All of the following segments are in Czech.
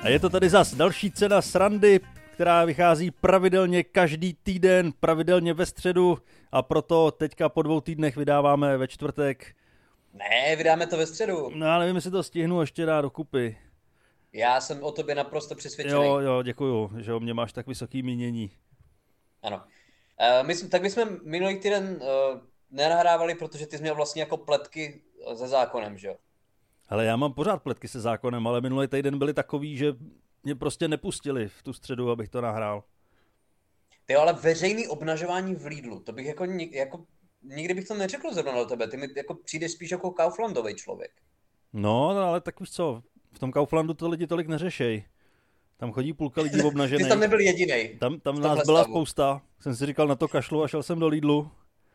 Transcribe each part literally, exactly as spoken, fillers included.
A je to tady zas další cena srandy, která vychází pravidelně každý týden, pravidelně ve středu a proto teďka po dvou týdnech vydáváme ve čtvrtek. Ne, vydáme to ve středu. No já nevím, jestli to stihnu ještě dát dokupy. Já jsem o tobě naprosto přesvědčený. Jo, jo, děkuju, že o mě máš tak vysoký mínění. Ano. Uh, my, tak bychom minulý týden uh, nenahrávali, protože ty jsi měl vlastně jako pletky se zákonem, že jo? Hele, já mám pořád pletky se zákonem, ale minulý týden byly takový, že mě prostě nepustili v tu středu, abych to nahrál. Ty ale veřejný obnažování v Lidlu, to bych jako, jako nikdy bych to neřekl zrovna do tebe. Ty mi jako přijdeš spíš jako Kauflandový člověk. No, ale tak víš co, v tom Kauflandu to lidi tolik neřešej. Tam chodí půlka lidí obnažených. Ty jsi tam nebyl jedinej. Tam, tam nás byla stavu. Spousta. Jsem si říkal na to kašlu a šel jsem do Lidlu.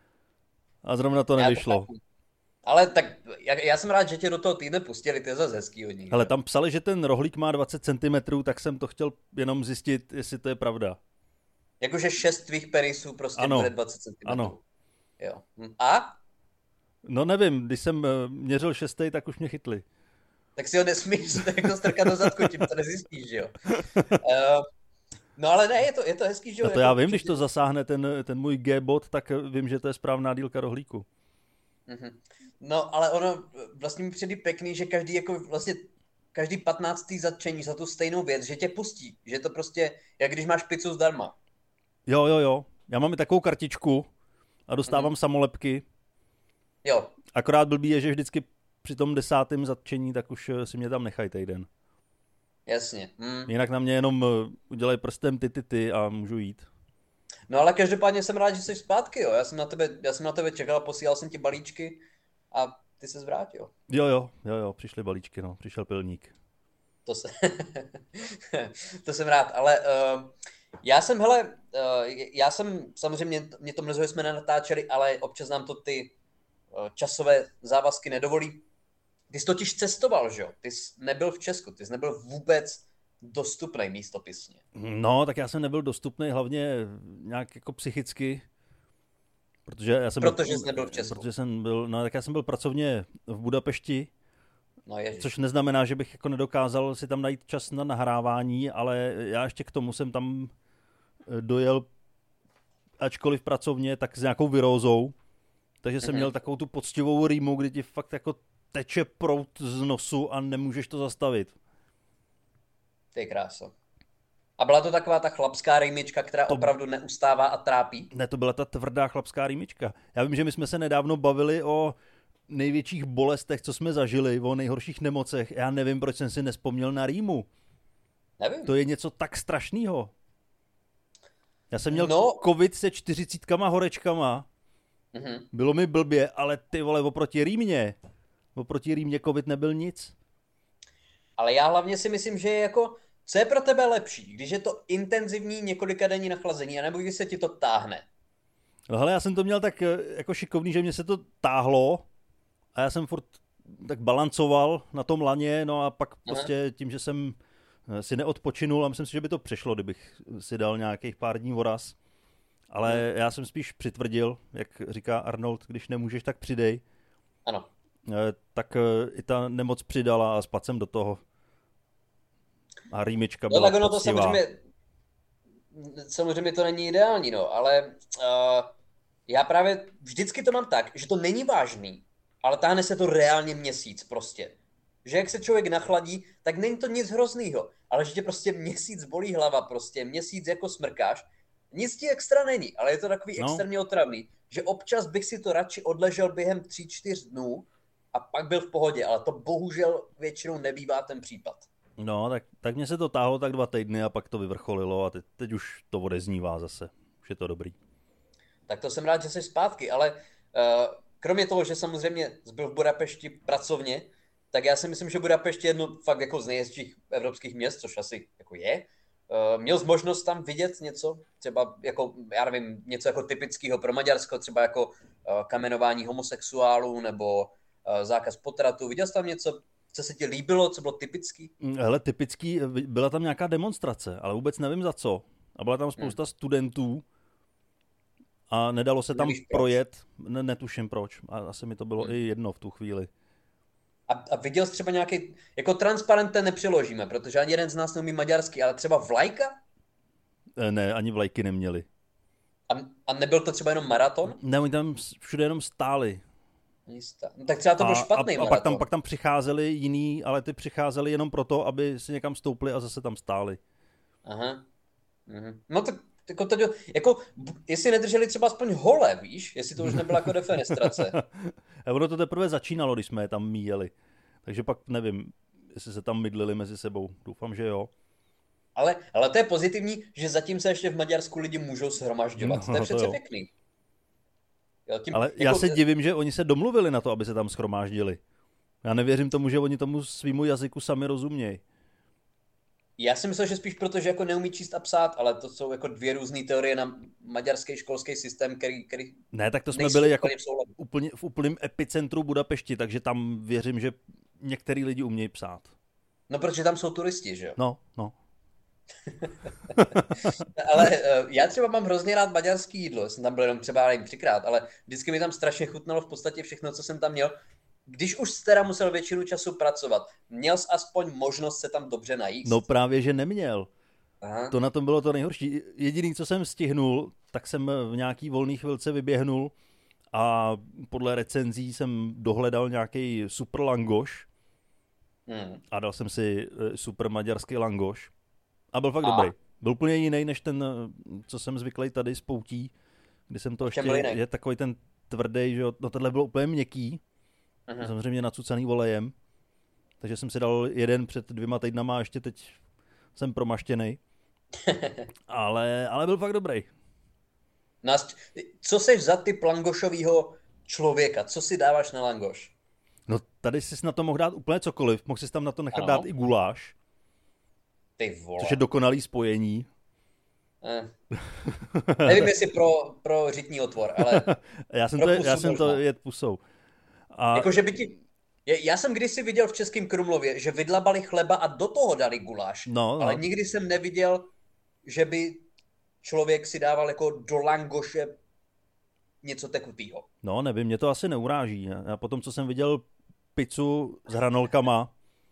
A zrovna to nevyšlo. To ale tak já, já jsem rád, že tě do toho týdne pustili, to je zase hezký od nich. Ale tam psali, že ten rohlík má dvacet centimetrů, tak jsem to chtěl jenom zjistit, jestli to je pravda. Jakože šest tvých penisů prostě ano. Bude dvacet centimetrů. Ano. Jo. A? No nevím, když jsem měřil šestej, tak už mě chytli. Tak si ho nesmíš jako strkat do zadku, tím to nezjistíš, že jo. Uh, no ale ne, je to, je to hezký, že jo. No to já vím, když to zasáhne ten, ten můj G-bod, tak vím, že to je správná dílka rohlíku. Uh-huh. No ale ono vlastně mi přijde pěkný, že každý jako vlastně každý patnáctý zatčení za tu stejnou věc, že tě pustí, že to prostě, jak když máš pizzu zdarma. Jo, jo, jo. Já mám i takovou kartičku a dostávám uh-huh. samolepky. Jo. Akorát blbý je, že vždycky při tom desátém zatčení, tak už si mě tam nechají týden. Jasně. Hmm. Jinak na mě jenom udělají prstem ty, ty, ty a můžu jít. No ale každopádně jsem rád, že jsi zpátky, jo. Já jsem na tebe, já jsem na tebe čekal, posílal jsem ti balíčky a ty se zvrátil. Jo, jo, jo, jo, přišly balíčky, no, přišel pilník. To, se... to jsem rád, ale uh, já jsem, hele, uh, já jsem, samozřejmě, mě to mrzuje, jsme nenatáčeli, ale občas nám to ty uh, časové závazky nedovolí. Ty jsi totiž cestoval, že jo? Ty jsi nebyl v Česku, ty jsi nebyl vůbec dostupný místopisně. No, tak já jsem nebyl dostupný hlavně nějak jako psychicky, protože já jsem protože byl, jsi nebyl v Česku. Protože jsem byl, no tak já jsem byl pracovně v Budapešti, no, což neznamená, že bych jako nedokázal si tam najít čas na nahrávání, ale já ještě k tomu jsem tam dojel, ačkoliv pracovně, tak s nějakou virózou, takže jsem mm-hmm. měl takovou tu poctivou rýmu, kdy ti fakt jako teče proud z nosu a nemůžeš to zastavit. To je krása. A byla to taková ta chlapská rýmička, která to... opravdu neustává a trápí? Ne, to byla ta tvrdá chlapská rýmička. Já vím, že my jsme se nedávno bavili o největších bolestech, co jsme zažili, o nejhorších nemocech. Já nevím, proč jsem si nespomněl na rýmu. Nevím. To je něco tak strašného. Já jsem měl no... covid se čtyřicítkama horečkama. Mm-hmm. Bylo mi blbě, ale ty vole, oproti rýmě. Oproti rýmě covid nebyl nic. Ale já hlavně si myslím, že je jako, co je pro tebe lepší, když je to intenzivní několika denní nachlazení, anebo když se ti to táhne? No hele, já jsem to měl tak jako šikovný, že mě se to táhlo a já jsem furt tak balancoval na tom laně, no a pak prostě tím, že jsem si neodpočinul a myslím si, že by to přešlo, kdybych si dal nějakých pár dní voraz. Ale já jsem spíš přitvrdil, jak říká Arnold, když nemůžeš, tak přidej. Ano. Tak i ta nemoc přidala a spadl jsem do toho. A rýmička byla no, tak ono to poctivá. samozřejmě, samozřejmě to není ideální, no, ale uh, já právě vždycky to mám tak, že to není vážný, ale táhne se to reálně měsíc prostě. Že jak se člověk nachladí, tak není to nic hroznýho, ale že tě prostě měsíc bolí hlava prostě, měsíc jako smrkáš, nic ti extra není, ale je to takový no. extrémně otravný, že občas bych si to radši odležel během tří, čtyř dnů a pak byl v pohodě, ale to bohužel většinou nebývá ten případ. No, tak, tak mě se to táhlo tak dva týdny a pak to vyvrcholilo a teď, teď už to odeznívá zase. Už je to dobrý. Tak to jsem rád, že jsi zpátky, ale uh, kromě toho, že samozřejmě byl v Budapešti pracovně, tak já si myslím, že Budapešť je jedno fakt jako z nejhezčích evropských měst, což asi jako je. Uh, měl jsi možnost tam vidět něco? Třeba jako, já nevím, něco jako typického pro Maďarsko, třeba jako uh, kamenování homosexuálů nebo uh, zákaz potratu. Viděl jsi tam něco, co se ti líbilo, co bylo typický? Hele, typický, byla tam nějaká demonstrace, ale vůbec nevím za co. A byla tam spousta hmm. studentů a nedalo se tam Nevíš projet. Ne, netuším proč. A asi mi to bylo hmm. i jedno v tu chvíli. A, a viděl jsi třeba nějaký, jako transparent ten nepřiložíme, protože ani jeden z nás neumí maďarsky, ale třeba vlajka? Ne, ani vlajky neměli. A, a nebyl to třeba jenom maraton? Ne, oni tam všude jenom stáli. No, tak třeba to byl špatný a, a maraton. pak tam, pak tam přicházeli jiný, ale ty přicházeli jenom proto, aby si někam stoupli a zase tam stáli. Aha. Mhm. No tak jako, to, jako, jestli nedrželi třeba aspoň hole, víš? Jestli to už nebyla jako defenestrace. A ono to teprve začínalo, když jsme je tam míjeli. Takže pak nevím, jestli se tam mydlili mezi sebou. Doufám, že jo. Ale, ale to je pozitivní, že zatím se ještě v Maďarsku lidi můžou shromažďovat. No, to je přece to pěkný. Jo, tím, ale jako... já se divím, že oni se domluvili na to, aby se tam shromáždili. Já nevěřím tomu, že oni tomu svýmu jazyku sami rozumějí. Já si myslel, že spíš proto, že jako neumí číst a psát, ale to jsou jako dvě různé teorie na maďarský školský systém, který, který ne, tak to jsme byli jako úplně, v úplném epicentru Budapešti, takže tam věřím, že některý lidi umějí psát. No, protože tam jsou turisti, že jo? No, no. Ale uh, já třeba mám hrozně rád maďarský jídlo, jsem tam byl jenom třeba jen třikrát, ale vždycky mi tam strašně chutnalo v podstatě všechno, co jsem tam měl. Když už jsi teda musel většinu času pracovat, měl jsi aspoň možnost se tam dobře najíst? No právě, že neměl. Aha. To na tom bylo to nejhorší. Jediný, co jsem stihnul, tak jsem v nějaký volný chvilce vyběhnul a podle recenzí jsem dohledal nějaký super langoš hmm. a dal jsem si super maďarský langoš a byl fakt a. dobrý. Byl úplně jiný, než ten, co jsem zvyklý tady z Poutí, kdy jsem to ještě, je takový ten tvrdý, že jo, no tohle bylo úplně měkký, uh-huh. samozřejmě nacucaný olejem, takže jsem si dal jeden před dvěma týdnama a ještě teď jsem promaštěnej, ale, ale byl fakt dobrý. Nás, co seš za typ langošovýho člověka, co si dáváš na langoš? No tady jsi na to mohl dát úplně cokoliv, mohl jsi tam na to nechat ano. dát i guláš. Ty vole. Což je dokonalý spojení. Eh. Nevím, jestli pro, pro řitní otvor, ale... já jsem to, já jsem to jet pusou. A... Jako, že by ti... Já jsem kdysi viděl v Českém Krumlově, že vydlabali chleba a do toho dali guláš. No, ale no. nikdy jsem neviděl, že by člověk si dával jako do langoše něco tekutýho. No, nevím, mě to asi neuráží. A potom, co jsem viděl pizzu s hranolkama,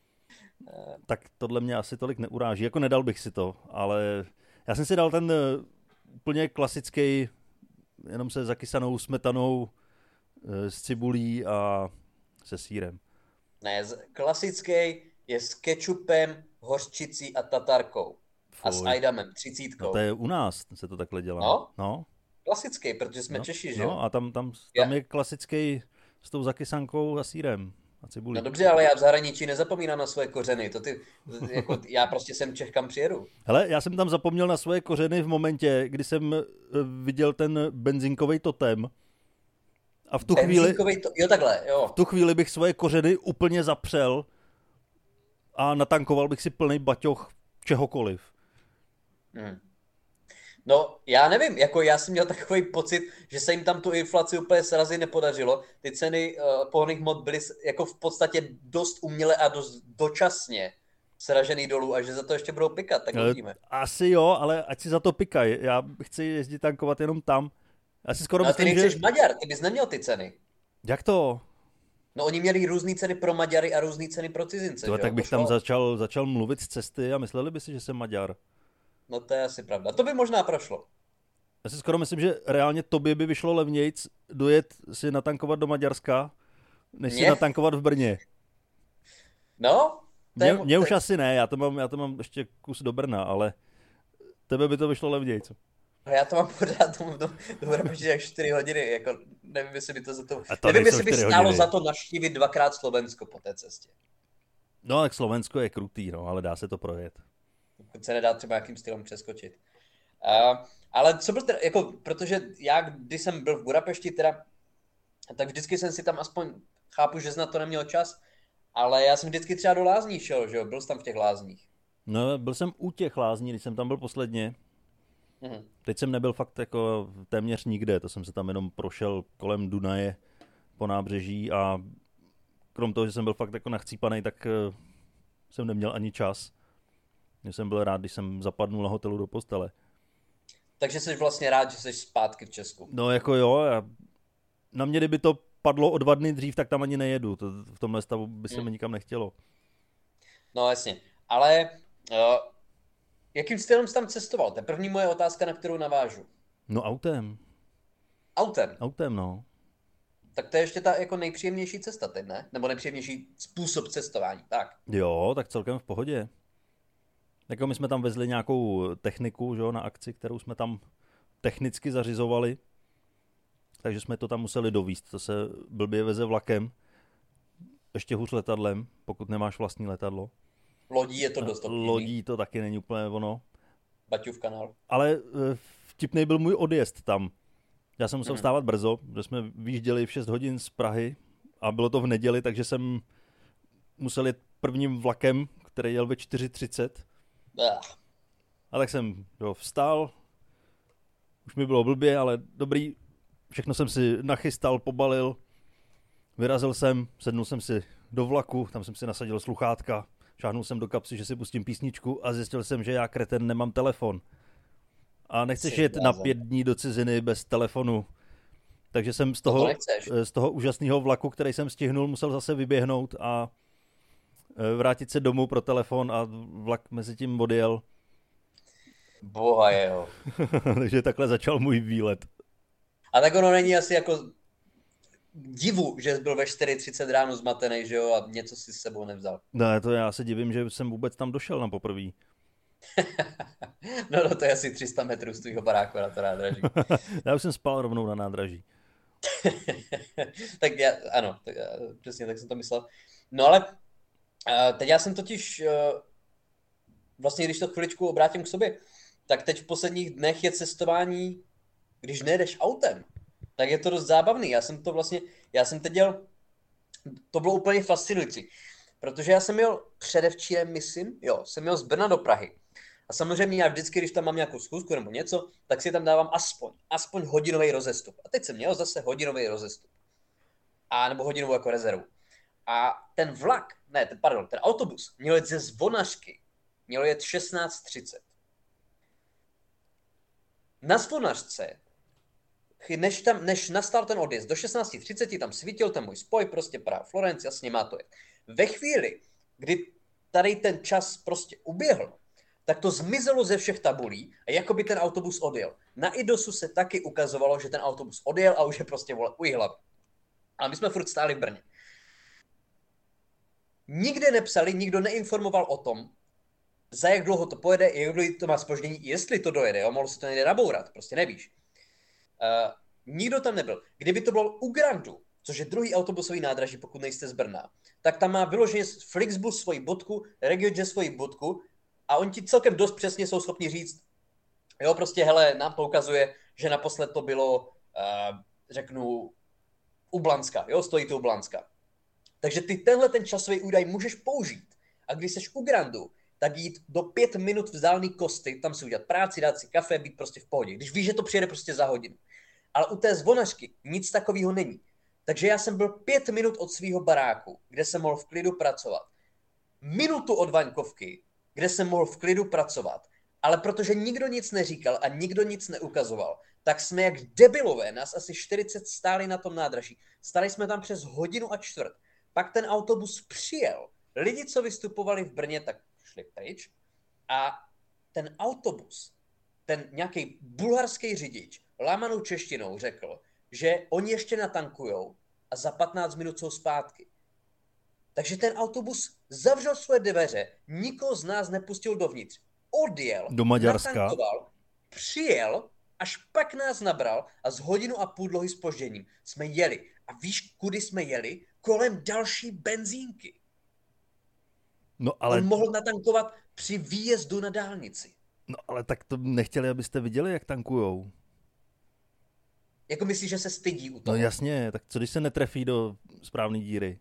tak tohle mě asi tolik neuráží. Jako nedal bych si to, ale já jsem si dal ten úplně klasický, jenom se zakysanou smetanou s cibulí a se sýrem. Ne, klasický je s kečupem, hořčicí a tatarkou. Fuj. A s ajdamem, třicítkou. No to je u nás, se to takhle dělá. No? no. Klasický, protože jsme no. Češi, že jo? No a tam, tam, tam je klasický s tou zakysankou a sýrem. No dobře, ale já v zahraničí nezapomínám na svoje kořeny. To ty, jako, já prostě jsem Čech, kam přijedu. Hele, já jsem tam zapomněl na svoje kořeny v momentě, kdy jsem viděl ten benzinkový totem. A v tu chvíli, to, jo, takhle, jo. v tu chvíli bych svoje kořeny úplně zapřel a natankoval bych si plný baťoch čehokoliv. Hmm. No, já nevím, jako já jsem měl takový pocit, že se jim tam tu inflaci úplně srazit nepodařilo. Ty ceny uh, pohonných hmot byly jako v podstatě dost uměle a dost dočasně sražený dolů a že za to ještě budou pikat, tak uvidíme. Asi jo, ale ať si za to pikaj. Já chci jezdit tankovat jenom tam. Já si skoro no, myslím, ty nejseš že... Maďar, ty bys neměl ty ceny. Jak to? No oni měli různý ceny pro Maďary a různý ceny pro cizince. To, tak bych tam začal, začal mluvit z cesty a mysleli by si, že jsem Maďar. No to je asi pravda. To by možná prošlo. Já si skoro myslím, že reálně tobě by vyšlo levnějc dojet si natankovat do Maďarska, než Mě? si natankovat v Brně. No? Mně, mě už asi ne, já to, mám, já to mám ještě kus do Brna, ale tebe by to vyšlo levnějc. Já to mám pořád, to, to, to bude počít jak čtyři hodiny, jako nevím, jestli by to za to, to nevím, jestli by stálo za to navštívit dvakrát Slovensko po té cestě. No, tak Slovensko je krutý, no, ale dá se to projet. Se nedá třeba jakým stylem přeskočit. Uh, ale co byl teda, jako, protože já, když jsem byl v Budapešti, teda, tak vždycky jsem si tam aspoň, chápu, že jsi na to neměl čas, ale já jsem vždycky třeba do lázní šel, že jo, byl jsi tam v těch lázních. No, byl jsem u těch lázní, když jsem tam byl posledně. Mhm. Teď jsem nebyl fakt jako téměř nikde, to jsem se tam jenom prošel kolem Dunaje po nábřeží a krom toho, že jsem byl fakt jako nachcípanej, tak uh, jsem neměl ani čas. Já jsem byl rád, když jsem zapadnul na hotelu do postele. Takže jsi vlastně rád, že jsi zpátky v Česku. No jako jo, já, na mě kdyby to padlo o dva dny dřív, tak tam ani nejedu. To, v tomhle stavu by se mi nikam nechtělo. No jasně, ale uh, jakým stylem jsi tam cestoval? To je první moje otázka, na kterou navážu. No autem. Autem? Autem, no. Tak to je ještě ta jako nejpříjemnější cesta teď, ne? Nebo nejpříjemnější způsob cestování, tak. Jo, tak celkem v pohodě. Jako my jsme tam vezli nějakou techniku, že jo, na akci, kterou jsme tam technicky zařizovali. Takže jsme to tam museli dovízt. To se blbě veze vlakem. Ještě hůř letadlem, pokud nemáš vlastní letadlo. Lodí je to dost obtížný. Lodí to taky není úplně ono. Baťův kanál. Ale vtipnej byl můj odjezd tam. Já jsem musel Mhm. vstávat brzo, protože jsme vyjížděli v šest hodin z Prahy a bylo to v neděli, takže jsem musel jet prvním vlakem, který jel ve čtyři třicet. Ah. A tak jsem jo, vstál, už mi bylo blbě, ale dobrý, všechno jsem si nachystal, pobalil, vyrazil jsem, sednul jsem si do vlaku, tam jsem si nasadil sluchátka, šáhnul jsem do kapsy, že si pustím písničku a zjistil jsem, že já kreten nemám telefon. A nechceš Jsi jet blázen. na pět dní do ciziny bez telefonu. Takže jsem z To toho, nechceš. z toho úžasného vlaku, který jsem stihnul, musel zase vyběhnout a e, vrátit se domů pro telefon a vlak mezi tím odjel. Boha jeho. Takže takhle začal můj výlet. A tak ono není asi jako divu, že jsi byl ve čtyři třicet ráno zmatený, že jo, a něco si s sebou nevzal. Ne, to já se divím, že jsem vůbec tam došel na poprvé. No, no to je asi tři sta metrů z tvýho baráku na to nádraží. Já už jsem spal rovnou na nádraží. Tak já, ano, tak, já- přesně tak jsem to myslel. No ale uh, teď já jsem totiž, uh, vlastně když to chviličku obrátím k sobě, tak teď v posledních dnech je cestování, když nejdeš autem, tak je to dost zábavný. Já jsem to vlastně, já jsem teď jel, to bylo úplně fascinující, protože já jsem jel předevčírem, myslím, jo, jsem jel z Brna do Prahy. A samozřejmě já vždycky, když tam mám nějakou schůzku nebo něco, tak si tam dávám aspoň, aspoň hodinový rozestup. A teď jsem měl zase hodinový rozestup. A nebo hodinovou jako rezervu. A ten vlak, ne, ten, pardon, ten autobus měl jet ze Zvonařky, měl jet šestnáct třicet. Na Zvonařce, než, tam, než nastal ten odjezd, do šestnáct třicet tam svítil ten můj spoj, prostě Praha, Florence, jasně má to jet. Ve chvíli, kdy tady ten čas prostě uběhl, tak to zmizelo ze všech tabulí a jako by ten autobus odjel. Na IDOSu se taky ukazovalo, že ten autobus odjel a už je prostě vole, u Jihlavy. A my jsme furt stáli v Brně. Nikde nepsali, nikdo neinformoval o tom, za jak dlouho to pojede, jak dlouho to má zpoždění, jestli to dojede, jo, mohlo se to někde nabourat, prostě nevíš. Uh, nikdo tam nebyl. Kdyby to bylo u Grandu, což je druhý autobusový nádraží, pokud nejste z Brna, tak tam má vyloženě Flixbus svoji bodku, RegioJet svoji bodku a oni ti celkem dost přesně jsou schopni říct, jo, prostě hele, nám to ukazuje, že naposled to bylo, uh, řeknu, u Blanska, jo, stojí to u Blanska. Takže ty tenhle ten časový údaj můžeš použít. A když jsi u Grandu, tak jít do pět minut vzdálený Kosty, tam si udělat práci, dát si kafe, být prostě v pohodě. Když víš, že to přijede prostě za hodinu. Ale u té Zvonařky nic takového není. Takže já jsem byl pět minut od svého baráku, kde jsem mohl v klidu pracovat. Minutu od Vaňkovky, kde jsem mohl v klidu pracovat. Ale protože nikdo nic neříkal a nikdo nic neukazoval, tak jsme jak debilové, nás asi čtyřicet stáli na tom nádraží. Stali jsme tam přes hodinu a čtvrt. Pak ten autobus přijel. Lidi, co vystupovali v Brně, tak šli pryč. A ten autobus, ten nějaký bulharský řidič, lámanou češtinou řekl, že oni ještě natankujou a za patnáct minut jsou zpátky. Takže ten autobus zavřel svoje dveře, nikoho z nás nepustil dovnitř. Odjel, Do Maďarska. natankoval, přijel, až pak nás nabral a z hodinu a půl dlouhý zpožděním jsme jeli. A víš, kudy jsme jeli? Kolem další benzínky. No ale, On mohl natankovat při výjezdu na dálnici. no ale tak to nechtěli, abyste viděli, jak tankujou. Jako myslíš, že se stydí u toho? No jasně, tak co když se netrefí do správné díry?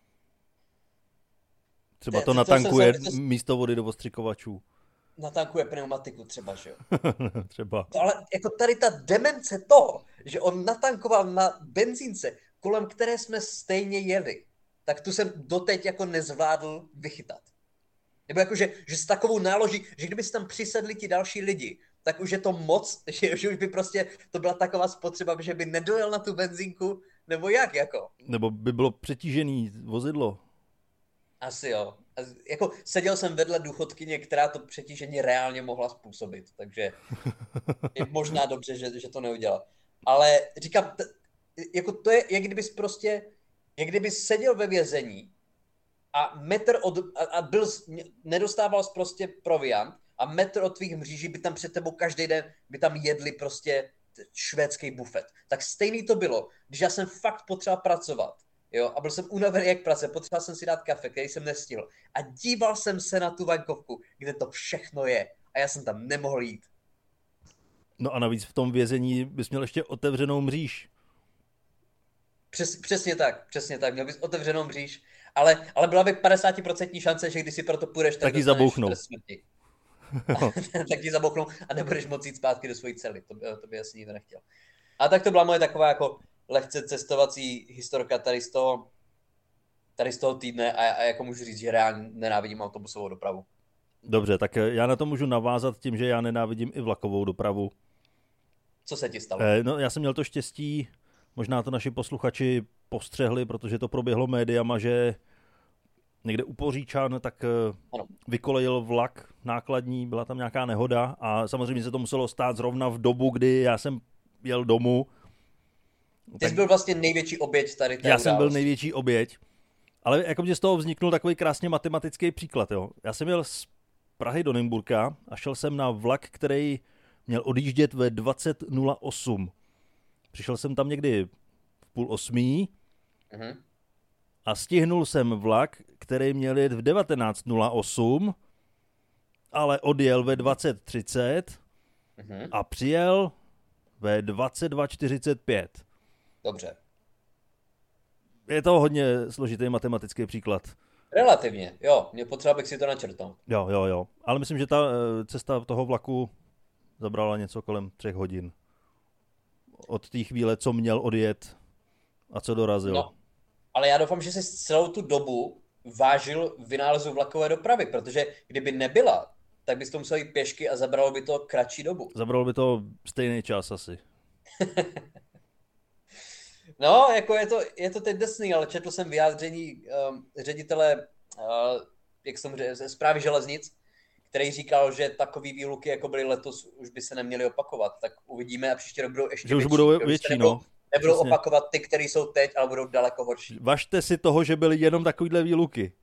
Třeba To- to to- to natankuje jsem se- místo vody do ostřikovačů. Natankuje pneumatiku třeba, že jo? Třeba. No, ale jako tady ta demence toho, že on natankoval na benzínce, kolem které jsme stejně jeli, tak tu jsem doteď jako nezvládl vychytat. Nebo jako, že, že s takovou náloží, že kdyby si tam přisedli ti další lidi, tak už je to moc, že, že už by prostě to byla taková spotřeba, že by nedojel na tu benzínku, Nebo jak, jako? Nebo by bylo přetížený vozidlo. Asi jo. Jako seděl jsem vedle důchodkyně, která to přetížení reálně mohla způsobit, takže je možná dobře, že, že to neudělal. Ale říkám, t- jako to je, jak kdybys prostě, jak kdybys seděl ve vězení a metr od, a, a byl, nedostával jsi prostě proviant a metr od tvých mříží by tam před tebou každý den, by tam jedli prostě švédský bufet. Tak stejný to bylo, když já jsem fakt potřeboval pracovat. Jo, a byl jsem unavený jak práce, potřeboval jsem si dát kafe, který jsem nestihl. A díval jsem se na tu venkovku, kde to všechno je. A já jsem tam nemohl jít. No a navíc v tom vězení bys měl ještě otevřenou mříž. Přes, přesně tak, přesně tak. Měl bys otevřenou mříž, ale, ale byla by padesát procent šance, že když si proto půjdeš, tak, tak ji zabouchnou. tak ji zabouchnou a nebudeš moct jít zpátky do svojí cely. To, to by asi nikdo nechtěl. A tak to byla moje taková jako lehce cestovací historka tady z toho, tady z toho týdne a, a jako můžu říct, že reálně nenávidím autobusovou dopravu. Dobře, tak já na to můžu navázat tím, že já nenávidím i vlakovou dopravu. Co se ti stalo? Eh, no, já jsem měl to štěstí, možná to naši posluchači postřehli, protože to proběhlo médiama, že někde u Poříčan tak ano. vykolejil vlak nákladní, byla tam nějaká nehoda a samozřejmě se to muselo stát zrovna v dobu, kdy já jsem jel domů. Ty tak... jsi byl vlastně největší oběť tady. Já jsem byl největší oběť, ale jako mě z toho vzniknul takový krásně matematický příklad. Jo. Já jsem jel z Prahy do Nymburka a šel jsem na vlak, který měl odjíždět ve dvacet nula osm. Přišel jsem tam někdy v půl osmí uh-huh. a stihnul jsem vlak, který měl jet v devatenáct nula osm, ale odjel ve dvacet třicet uh-huh. a přijel ve dvacet dva čtyřicet pět. Dobře. Je to hodně složitý matematický příklad. Relativně, jo. Mě potřeba bych si to načrtnul. Jo, jo, jo. Ale myslím, že ta cesta toho vlaku zabrala něco kolem třech hodin. Od té chvíle, co měl odjet a co dorazil. No, ale já doufám, že jsi celou tu dobu vážil vynálezu vlakové dopravy, protože kdyby nebyla, tak bys to musel jít pěšky a zabralo by to kratší dobu. Zabralo by to stejný čas asi. No, jako je to, je to teď desný, ale četl jsem vyjádření um, ředitele uh, jak jsem řekl, správy železnic, který říkal, že takový výluky, jako byly letos, už by se neměly opakovat. Tak uvidíme a příští rok budou ještě že větší. už budou větší, nebudou, no. Nebudou Přesně. opakovat ty, které jsou teď, ale budou daleko horší. Važte si toho, že byly jenom takovýhle výluky.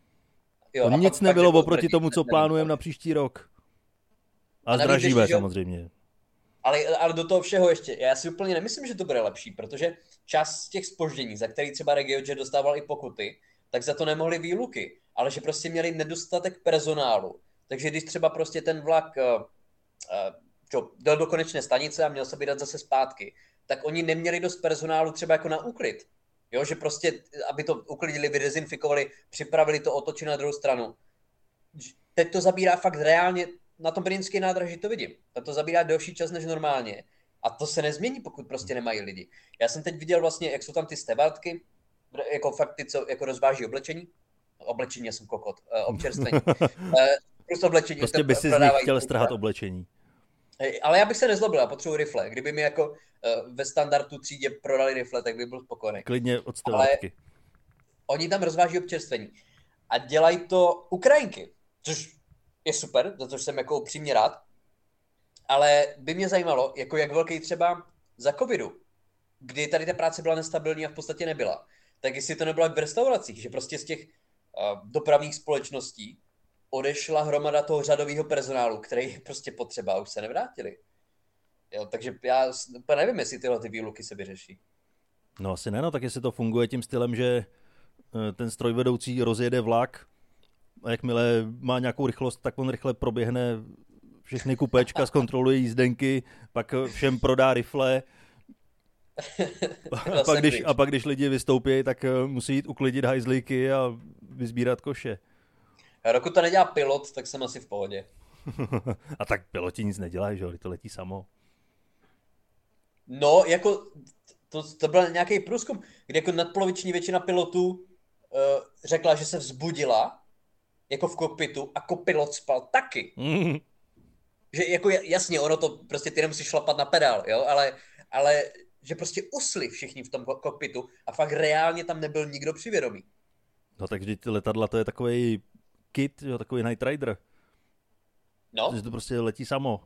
Jo, to nic pak, nebylo oproti tomu, co plánujeme na příští rok. A, a zdražíme ještě, samozřejmě. Ale, ale do toho všeho ještě, já si úplně nemyslím, že to bude lepší, protože část z těch zpoždění, za který třeba RegioJet dostával i pokuty, tak za to nemohli výluky, ale že prostě měli nedostatek personálu. Takže když třeba prostě ten vlak uh, uh, dal do konečné stanice a měl se vydat zase zpátky, tak oni neměli dost personálu třeba jako na úklid. Jo, že prostě, aby to uklidili, vydezinfikovali, připravili to, otočili na druhou stranu. Teď to zabírá fakt reálně, na tom brněnské nádraží to vidím. To zabírá delší čas než normálně. A to se nezmění, pokud prostě nemají lidi. Já jsem teď viděl vlastně, jak jsou tam ty stevardky, jako fakt ty, co jako rozváží oblečení. Oblečení, já jsem kokot, občerstvení. Prostě oblečení. Prostě by si z nich chtěl strhat oblečení. Ale já bych se nezlobil, já potřebuji rifle. Kdyby mi jako uh, ve standardu třídě prodali rifle, tak bych byl spokojený. Klidně od stevardky. Oni tam rozváží občerstvení. A dělají to Ukrajinky, což je super, za to jsem jako upřímně rád. Ale by mě zajímalo, jako jak velký třeba za covidu, kdy tady ta práce byla nestabilní a v podstatě nebyla. Tak jestli to nebylo v restauracích, že prostě z těch uh, dopravních společností odešla hromada toho řadového personálu, který je prostě potřeba a už se nevrátili. Jo, takže já nevím, jestli tyhle ty výluky se vyřeší. No asi ne, no tak jestli to funguje tím stylem, že ten strojvedoucí rozjede vlak a jakmile má nějakou rychlost, tak on rychle proběhne všechny kupečka, zkontroluje jízdenky, pak všem prodá rifle a, pak když, a pak když lidi vystoupí, tak musí jít uklidit hajzlíky a vysbírat koše. A dokud to nedělá pilot, tak jsem asi v pohodě. A tak piloti nic nedělají, že jo, to letí samo. No, jako, to, to byl nějaký průzkum, kde jako nadpoloviční většina pilotů uh, řekla, že se vzbudila, jako v kokpitu, a kopilot spal taky. Mm. Že jako jasně, ono to, prostě ty nemusíš šlapat na pedál, jo, ale, ale že prostě usli všichni v tom kokpitu a fakt reálně tam nebyl nikdo při vědomí. No takže ty letadla, to je takovej kit, jo, takový Night Rider. No. Že to prostě letí samo.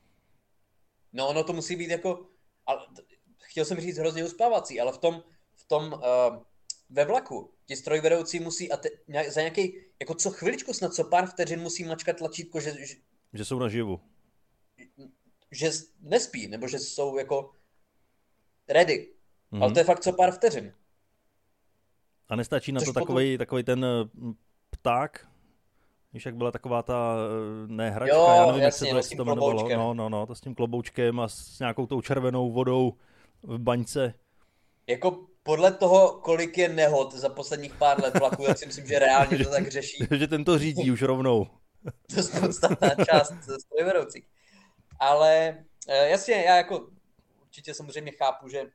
No, ono to musí být jako, ale, chtěl jsem říct hrozně uspávací, ale v tom, v tom uh, ve vlaku ti strojvedoucí musí a te, nějak, za nějaký, jako co chviličku, snad co pár vteřin musí mačkat tlačítko, že, že, že jsou naživu. Že nespí, nebo že jsou jako ready. Mm-hmm. Ale to je fakt co pár vteřin. A nestačí na Což to takovej, potom... takovej ten pták, když jak byla taková ta, ne hračka, jo, já nevím, jasně, jak se to, to jmenovalo. No, no, no, to s tím kloboučkem a s nějakou tou červenou vodou v baňce. Jako podle toho, kolik je nehod za posledních pár let vlaku, tak si myslím, že reálně to tak řeší. Že ten to řídí už rovnou. To je podstatná část strojvedoucích. Ale jasně, já jako určitě samozřejmě chápu, že uh,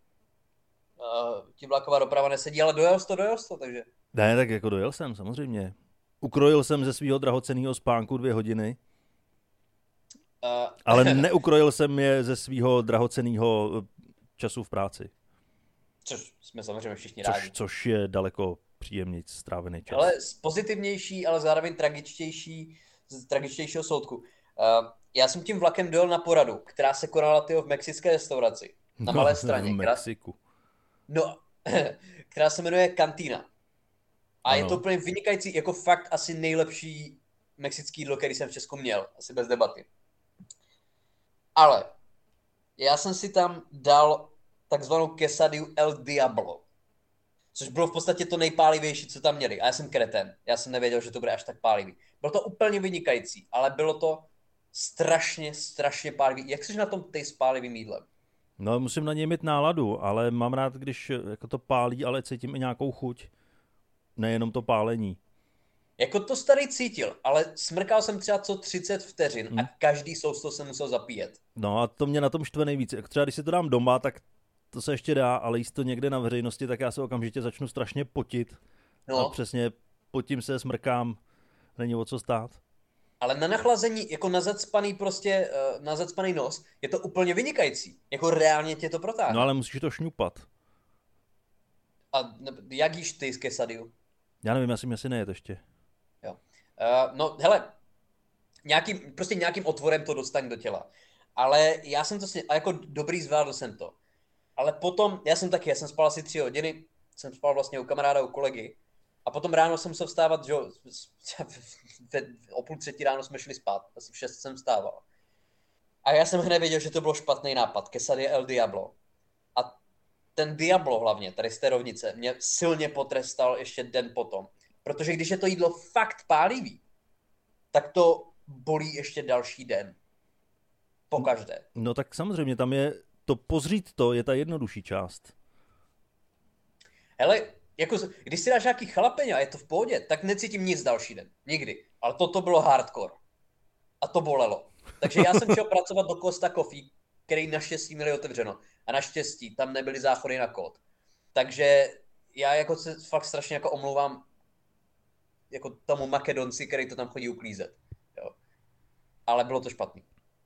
ti vlaková doprava nesedí, ale dojel jsi to, dojel jsi to, takže... Ne, tak jako dojel jsem, samozřejmě. Ukrojil jsem ze svého drahocenného spánku dvě hodiny, uh... ale neukrojil jsem je ze svého drahocenného času v práci. Což jsme samozřejmě všichni což, rádi. Což je daleko příjemnější strávený čas. Ale pozitivnější, ale zároveň tragičtější, z tragičtějšího soudku. Uh, já jsem tím vlakem dojel na poradu, která se konala tyjo, v mexické restauraci. Na no, Malé Straně. V Mexiku. Která, no, která se jmenuje Cantina. A ano. Je to úplně vynikající, jako fakt asi nejlepší mexický jídlo, který jsem v Česku měl. Asi bez debaty. Ale já jsem si tam dal takzvanou quesadillu El Diablo. Což bylo v podstatě to nejpálivější, co tam měli. A já jsem kreten. Já jsem nevěděl, že to bude až tak pálivý. Bylo to úplně vynikající, ale bylo to strašně, strašně pálivý. Jak jsi na tom ty s pálivým jídlem? No, musím na něj mít náladu, ale mám rád, když jako to pálí, ale cítím i nějakou chuť. Nejenom to pálení. Jako to starý cítil, ale smrkal jsem třeba co třicet vteřin hmm. a každý sousto jsem musel zapíjet. No a to mě na tom štve nejvíc. Jak třeba když si to dám doma, tak to se ještě dá, ale jíst to někde na veřejnosti, tak já se okamžitě začnu strašně potit. No. A přesně potím se, smrkám, není o co stát. Ale na nachlazení, jako na zacpaný prostě, na zacpaný nos, je to úplně vynikající. Jako reálně tě to protáhne. No ale musíš to šňupat. A jak jíš ty z quesadillu? Já nevím, já si asi nejet ještě. Jo. Uh, no, hele, nějakým, prostě nějakým otvorem to dostaň do těla. Ale já jsem to si, a jako dobrý zvládl jsem to. Ale potom, já jsem taky, já jsem spal asi tři hodiny, jsem spal vlastně u kamaráda, u kolegy. A potom ráno jsem musel vstávat, že jo, o půl třetí ráno jsme šli spát, asi v šest jsem vstával. A já jsem hned věděl, že to bylo špatný nápad, quesadilla El Diablo. A ten Diablo hlavně, tady z té rovnice, mě silně potrestal ještě den potom. Protože když je to jídlo fakt pálivý, tak to bolí ještě další den. Pokaždé. No tak samozřejmě, tam je, to pozřít to je ta jednodušší část. Hele, jako, když si dáš nějaký chalapeňo a je to v pohodě, tak necítím nic další den. Nikdy. Ale toto bylo hardcore. A to bolelo. Takže já jsem šel pracovat do Costa Coffee, který naštěstí měli otevřeno. A naštěstí tam nebyly záchody na kód. Takže já jako se fakt strašně jako omlouvám jako tomu Makedonci, který to tam chodí uklízet. Jo. Ale bylo to špatný.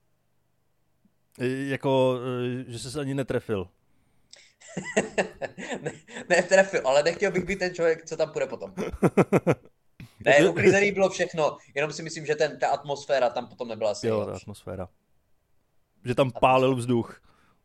Jako, že jsi se ani netrefil. ne, netrefil, ale nechtěl bych být ten člověk, co tam půjde potom. Ne, uklízený bylo všechno, jenom si myslím, že ten, ta atmosféra tam potom nebyla asi. Jo, ta atmosféra. Že tam pálil vzduch.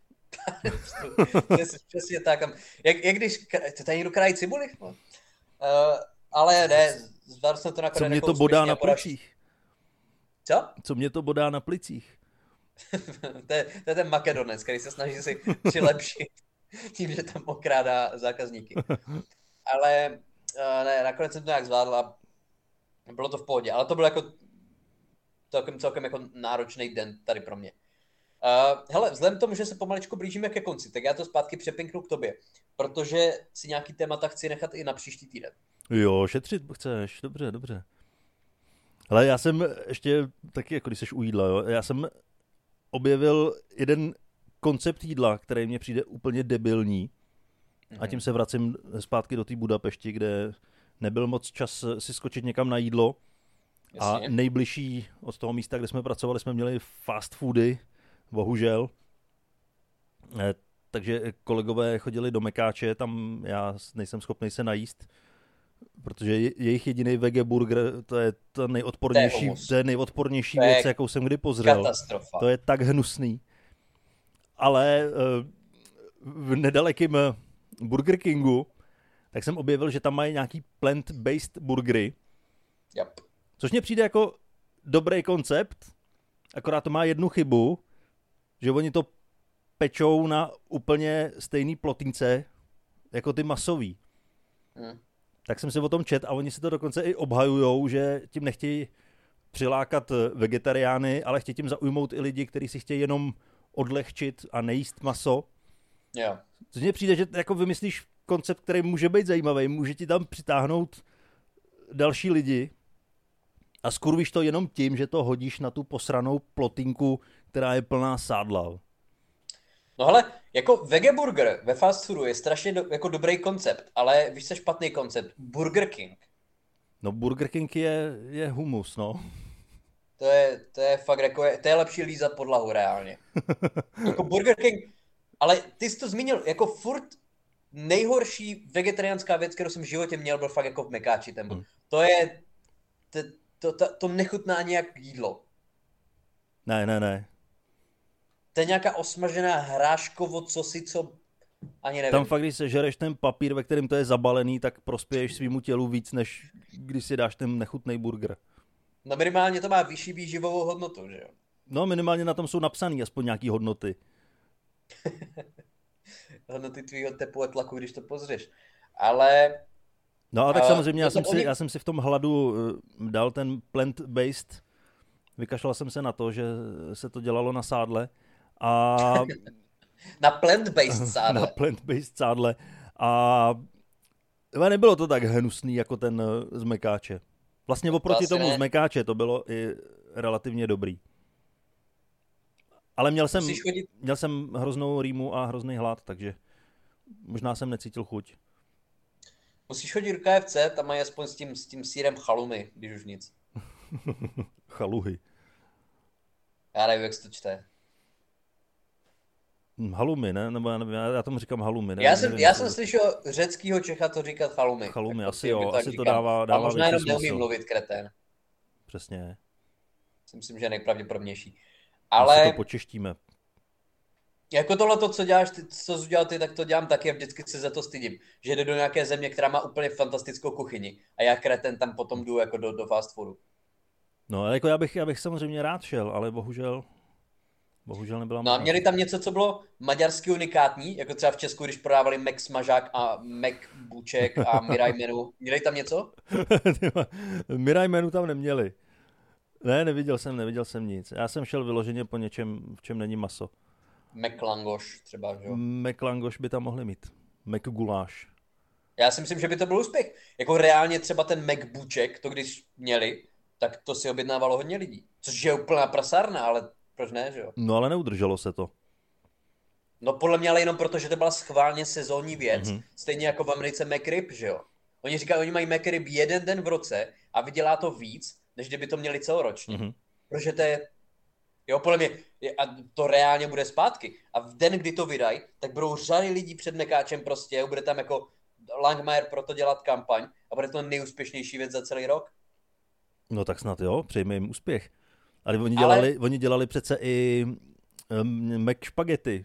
Přesně tak. Jak, jak když, to tady někdo krají cibuli? Uh, ale ne, zvládl jsem to nakonec. Co mě to bodá na plicích? Co? Co mě to bodá na plicích? to, je, to je ten Makedonec, který se snaží si přilepšit tím, že tam okrádá zákazníky. Ale uh, ne, nakonec jsem to nějak zvládl a bylo to v pohodě. Ale to byl jako celkem, celkem jako náročný den tady pro mě. Uh, hele, vzhledem k tomu, že se pomaličku blížíme ke konci, tak já to zpátky přepinknu k tobě, protože si nějaký témata chci nechat i na příští týden. Jo, šetřit chceš, dobře, dobře. Ale já jsem ještě taky, jako když jsi u jídla, jo, já jsem objevil jeden koncept jídla, který mně přijde úplně debilní. Mm-hmm. A tím se vracím zpátky do té Budapešti, kde nebyl moc čas si skočit někam na jídlo. Jasně. A nejbližší od toho místa, kde jsme pracovali, jsme měli fast foody, bohužel. takže kolegové chodili do Mekáče, tam já nejsem schopný se najíst, protože jejich jediný vege burger, to je to nejodpornější, to je, to je nejodpornější to věc, je jakou jsem kdy pozřel. Katastrofa. To je tak hnusný. Ale v nedalekým Burger Kingu tak jsem objevil, že tam mají nějaký plant-based burgery. Yep. Což mně přijde jako dobrý koncept, akorát to má jednu chybu, že oni to pečou na úplně stejný plotínce jako ty masový. Hmm. Tak jsem si o tom čet a oni si to dokonce i obhajujou, že tím nechtějí přilákat vegetariány, ale chtějí tím zaujmout i lidi, kteří si chtějí jenom odlehčit a nejíst maso. Yeah. Což mně přijde, že jako vymyslíš koncept, který může být zajímavý, může ti tam přitáhnout další lidi a skurvíš to jenom tím, že to hodíš na tu posranou plotínku, která je plná sádla. No hele, jako vegeburger ve fast foodu je strašně do, jako dobrý koncept, ale víš co, špatný koncept, Burger King. No Burger King je, je humus, no. To je, to je fakt jako, to je lepší lízat podlahu reálně. Jako Burger King, ale ty jsi to zmínil, jako furt nejhorší vegetariánská věc, kterou jsem v životě měl, byl fakt jako v Mekáči ten hmm. To je, to, to, to, to nechutná ani jak jídlo. Ne, ne, ne. To je nějaká osmažená hráškovo, co si, co ani nevím. Tam fakt, když sežereš ten papír, ve kterém to je zabalený, tak prospěješ svýmu tělu víc, než když si dáš ten nechutný burger. No minimálně to má vyšší výživovou hodnotu, že jo? No minimálně na tom jsou napsaný aspoň nějaký hodnoty. Hodnoty tvýho tepu a tlaku, když to pozřeš. Ale... No a tak uh, samozřejmě já jsem, si, oni... já jsem si v tom hladu dal ten plant-based, vykašlal jsem se na to, že se to dělalo na sádle. A... na plant-based sádle. Na plant-based sádle. A nebylo to tak hnusný jako ten z Mekáče. Vlastně oproti to tomu ne. z Mekáče to bylo i relativně dobrý. Ale měl jsem, měl jsem hroznou rýmu a hrozný hlad, takže možná jsem necítil chuť. Musíš chodit do K F C, tam mají aspoň s tím, s tím sýrem chalumy, když už nic. Chaluhy. Já nevím, jak se to čte. Halumy, ne? Nebo já, nevím, já tomu říkám halumy. Ne? Já jsem, já jsem slyšel řeckýho Čecha to říkat chalumy. Chalumy, jako asi jo, asi to dává, dává a možná jenom neumím mluvit, kretén. Přesně. Si myslím, že je nejpravděpodobnější. Ale... My si to počeštíme. Jako tohle, co děláš, ty, co jsi udělal ty, tak to dělám taky a vždycky se za to stydím. Že jde do nějaké země, která má úplně fantastickou kuchyni a já kreten tam potom jdu jako do, do fast foodu. No, jako já bych, já bych samozřejmě rád šel, ale bohužel... Bohužel nebyla No a měli tam něco, co bylo maďarsky unikátní, jako třeba v Česku, když prodávali Mac Smažák a Mac Buček a Mirai Menu. Měli tam něco? Mirai Menu tam neměli. Ne, neviděl jsem, neviděl jsem nic. Já jsem šel vyloženě po něčem, v čem není maso. Mac Langoš třeba, že jo? Mac Langoš by tam mohli mít. Mac Guláš. Já si myslím, že by to byl úspěch. Jako reálně třeba ten Mac Buček, to když měli, tak to si objednávalo hodně lidí. Což je úplná prasárna, ale proč ne, že jo? No ale neudrželo se to. No podle mě ale jenom proto, že to byla schválně sezónní věc. Mm-hmm. Stejně jako v Americe McRib, že jo? Oni říkají, oni mají McRib jeden den v roce a vydělá to víc, než kdyby to měli celoročně. Mm-hmm. Protože to je, jo, podle mě, a to reálně bude zpátky. A v den, kdy to vydají, tak budou řady lidí před Mekáčem prostě, bude tam jako Langmajer proto dělat kampaň a bude to nejúspěšnější věc za celý rok. No tak snad jo, přejme jim úspěch. Ale oni dělali, Ale... oni dělali přece i um, Mac špagety.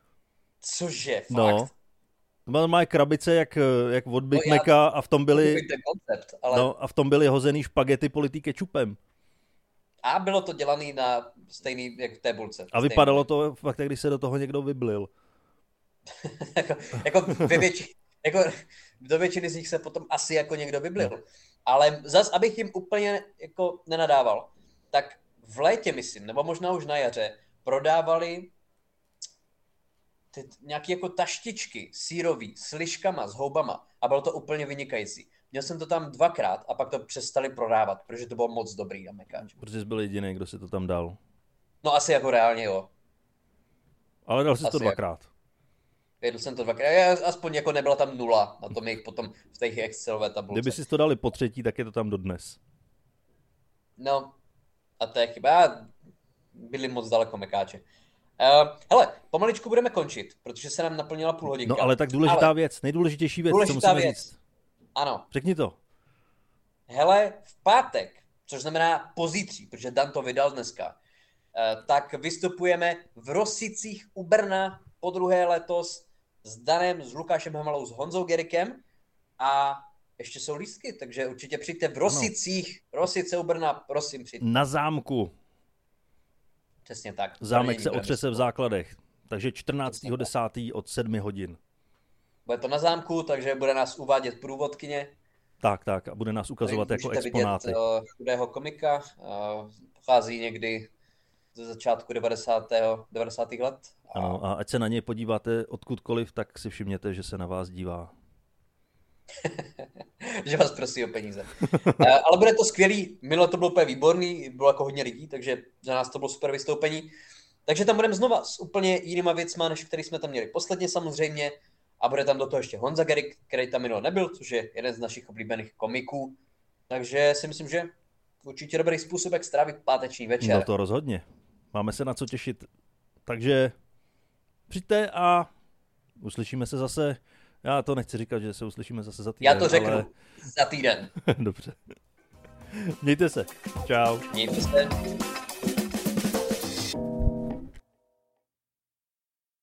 Cože, fakt? No. Má krabice jak, jak od Big no, Maca a v tom byly koncept, ale... no, a v tom byly hozený špagety politý kečupem. A bylo to dělané na stejný, jak v té bulce. A vypadalo to fakt, když se do toho někdo vyblil. jako, jako, ve větši, jako do většiny z nich se potom asi jako někdo vyblil. No. Ale zas, abych jim úplně jako nenadával, tak v létě, myslím, nebo možná už na jaře, prodávali ty nějaké jako taštičky sýrový s liškama, s houbama a bylo to úplně vynikající. Měl jsem to tam dvakrát a pak to přestali prodávat, protože to bylo moc dobrý na Mekáč. Protože jsi byl jediný, kdo si to tam dal. No asi jako reálně jo. Ale dal jsi asi to dvakrát. Jako, jedl jsem to dvakrát, já, aspoň jako nebyla tam nula na tom jejich potom v té Excelové tabulce. Kdyby si to dali po třetí, tak je to tam dodnes. No, a to je chyba. Byli moc daleko Mekáče. Uh, hele, pomaličku budeme končit, protože se nám naplnila půl hodinka. No ale tak důležitá ale věc, nejdůležitější věc, důležitá co musíme věc. říct. Ano. Řekni to. Hele, v pátek, což znamená pozítří, protože Dan to vydal dneska, uh, tak vystupujeme v Rosicích u Brna po druhé letos s Danem, s Lukášem Hamalou, s Honzou Gerikem a ještě jsou lístky, takže určitě přijďte v Rosicích, ano. Rosice u Brna, prosím přijďte. Na zámku. Přesně tak. Zámek se otřese v základech, takže čtrnáctého desátého od sedmi hodin. Bude to na zámku, takže bude nás uvádět průvodkyně. Tak, tak, a bude nás ukazovat jako exponáty. Vidět, uh, chudého komika, uh, pochází někdy ze začátku devadesátých let. A... Ano, a ať se na něj podíváte odkudkoliv, tak si všimněte, že se na vás dívá. Že vás prosí o peníze. uh, ale bude to skvělý, minule to bylo úplně výborný, bylo jako hodně lidí, takže za nás to bylo super vystoupení. Takže tam budeme znova s úplně jinýma věcma, než který jsme tam měli posledně samozřejmě. A bude tam do toho ještě Honza Gerik, který tam minule nebyl, což je jeden z našich oblíbených komiků. Takže si myslím, že určitě dobrý způsob, jak strávit páteční večer. No to rozhodně. Máme se na co těšit. Takže přijďte a uslyšíme se zase. Já to nechci říkat, že se uslyšíme zase za týden. Já to řeknu. Ale... Za týden. Dobře. Mějte se. Čau. Mějte se.